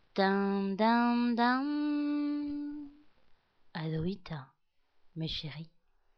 Dam, dam, dam. Aloïta, mes chéris.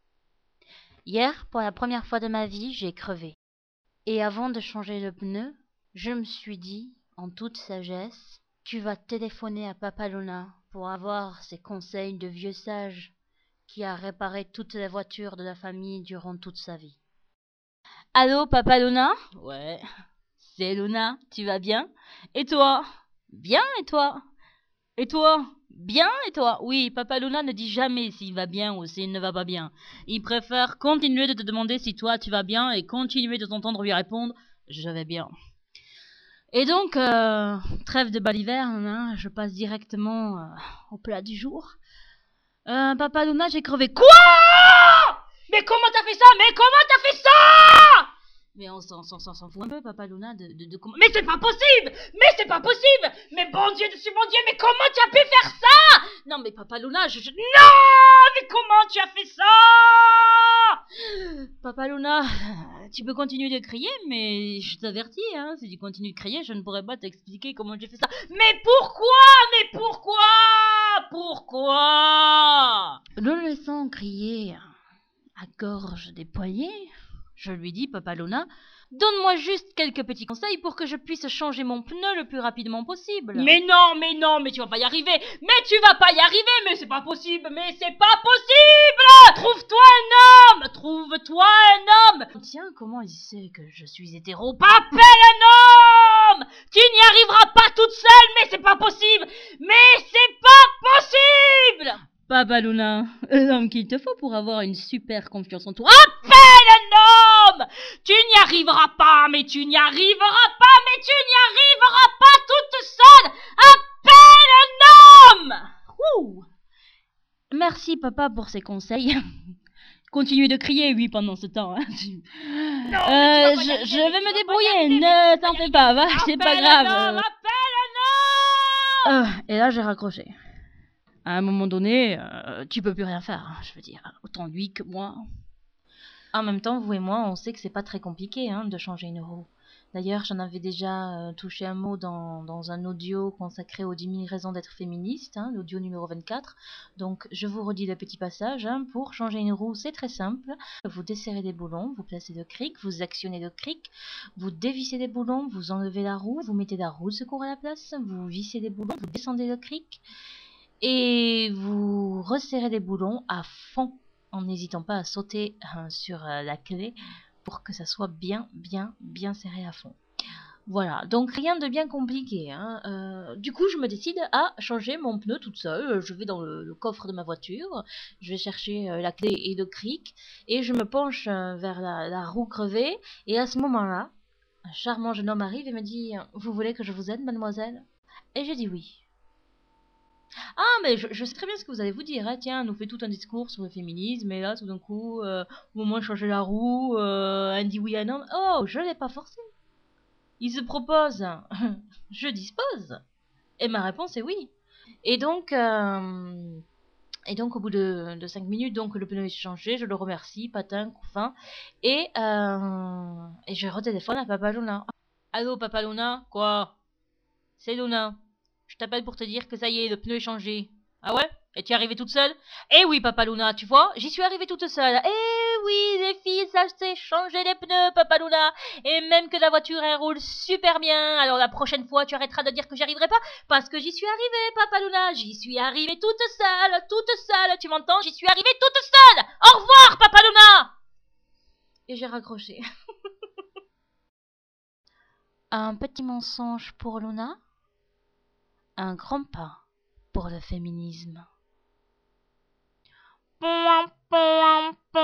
Hier, pour la première fois de ma vie, j'ai crevé. Et avant de changer le pneu, je me suis dit, en toute sagesse, tu vas téléphoner à Papa Luna pour avoir ses conseils de vieux sage qui a réparé toutes les voitures de la famille durant toute sa vie. Allô, Papa Luna? Ouais, c'est Luna, tu vas bien? Et toi? Bien, et toi? Et toi? Bien, et toi? Oui, Papa Luna ne dit jamais s'il va bien ou s'il ne va pas bien. Il préfère continuer de te demander si toi tu vas bien et continuer de t'entendre lui répondre « Je vais bien ». Et donc, trêve de baliverne, hein, je passe directement au plat du jour. Papa Luna, j'ai crevé. Quoi? Mais comment t'as fait ça? Mais comment t'as fait ça? Mais on s'en fout un peu, Papa Luna, de comment... Mais c'est pas possible! Mais c'est pas possible! Mais bon Dieu, dessus mon Dieu, mais comment tu as pu faire ça? Non, mais Papa Luna, Non! Mais comment tu as fait ça? Papa Luna, tu peux continuer de crier, mais je t'avertis, hein, si tu continues de crier, je ne pourrai pas t'expliquer comment j'ai fait ça. Mais pourquoi? Mais pourquoi? Pourquoi? Le laissant crier à gorge déployée, je lui dis, Papa Luna, donne-moi juste quelques petits conseils pour que je puisse changer mon pneu le plus rapidement possible. Mais non, mais tu vas pas y arriver. Mais tu vas pas y arriver, mais c'est pas possible, mais c'est pas possible. Trouve-toi un homme, trouve-toi un homme. Tiens, comment il sait que je suis hétéro? Appelle un homme. Tu n'y arriveras pas toute seule, mais c'est pas possible. Mais c'est pas possible. Papa Luna, l'homme qu'il te faut pour avoir une super confiance en toi. Appelle un homme! Tu n'y arriveras pas, mais tu n'y arriveras pas, mais tu n'y arriveras pas toute seule! Appelle un homme! Ouh. Merci papa pour ces conseils. Continuez de crier, oui, pendant ce temps. Hein. Non, je vais me débrouiller, ne t'en fais pas, va, c'est pas grave. Appelle un homme! Et là, j'ai raccroché. À un moment donné, tu peux plus rien faire, hein, je veux dire, autant lui que moi. En même temps, vous et moi, on sait que c'est pas très compliqué hein, de changer une roue. D'ailleurs, j'en avais déjà touché un mot dans un audio consacré aux 10 000 raisons d'être féministe, hein, l'audio numéro 24. Donc, je vous redis le petit passage. Hein, pour changer une roue, c'est très simple. Vous desserrez les boulons, vous placez le cric, vous actionnez le cric, vous dévissez les boulons, vous enlevez la roue, vous mettez la roue de secours à la place, vous vissez les boulons, vous descendez le cric et vous resserrez les boulons à fond en n'hésitant pas à sauter sur la clé pour que ça soit bien serré à fond. Voilà, donc rien de bien compliqué. Hein. Du coup, je me décide à changer mon pneu toute seule. Je vais dans le coffre de ma voiture, je vais chercher la clé et le cric, et je me penche vers la roue crevée. Et à ce moment-là, un charmant jeune homme arrive et me dit « Vous voulez que je vous aide, mademoiselle ?» Et j'ai dit oui. Ah, mais je sais très bien ce que vous allez vous dire. Hein. Tiens, on nous fait tout un discours sur le féminisme, et là, tout d'un coup, au moment de changer la roue, elle dit oui à un homme. Oh, je l'ai pas forcé. Il se propose. Je dispose. Et ma réponse est oui. Et donc, au bout de 5 minutes, donc le pneu est changé, je le remercie, patin, coup fin, et je retéléphone à Papa Luna. Allô, Papa Luna? Quoi? C'est Luna. Je t'appelle pour te dire que ça y est, le pneu est changé. Ah ouais? Et tu es arrivée toute seule? Eh oui, Papa Luna, tu vois, j'y suis arrivée toute seule. Eh oui, les filles, ça c'est changer les pneus, Papa Luna. Et même que la voiture, elle roule super bien. Alors la prochaine fois, tu arrêteras de dire que j'y arriverai pas, parce que j'y suis arrivée, Papa Luna. J'y suis arrivée toute seule. Tu m'entends? J'y suis arrivée toute seule. Au revoir, Papa Luna. Et j'ai raccroché. Un petit mensonge pour Luna. Un grand pas pour le féminisme.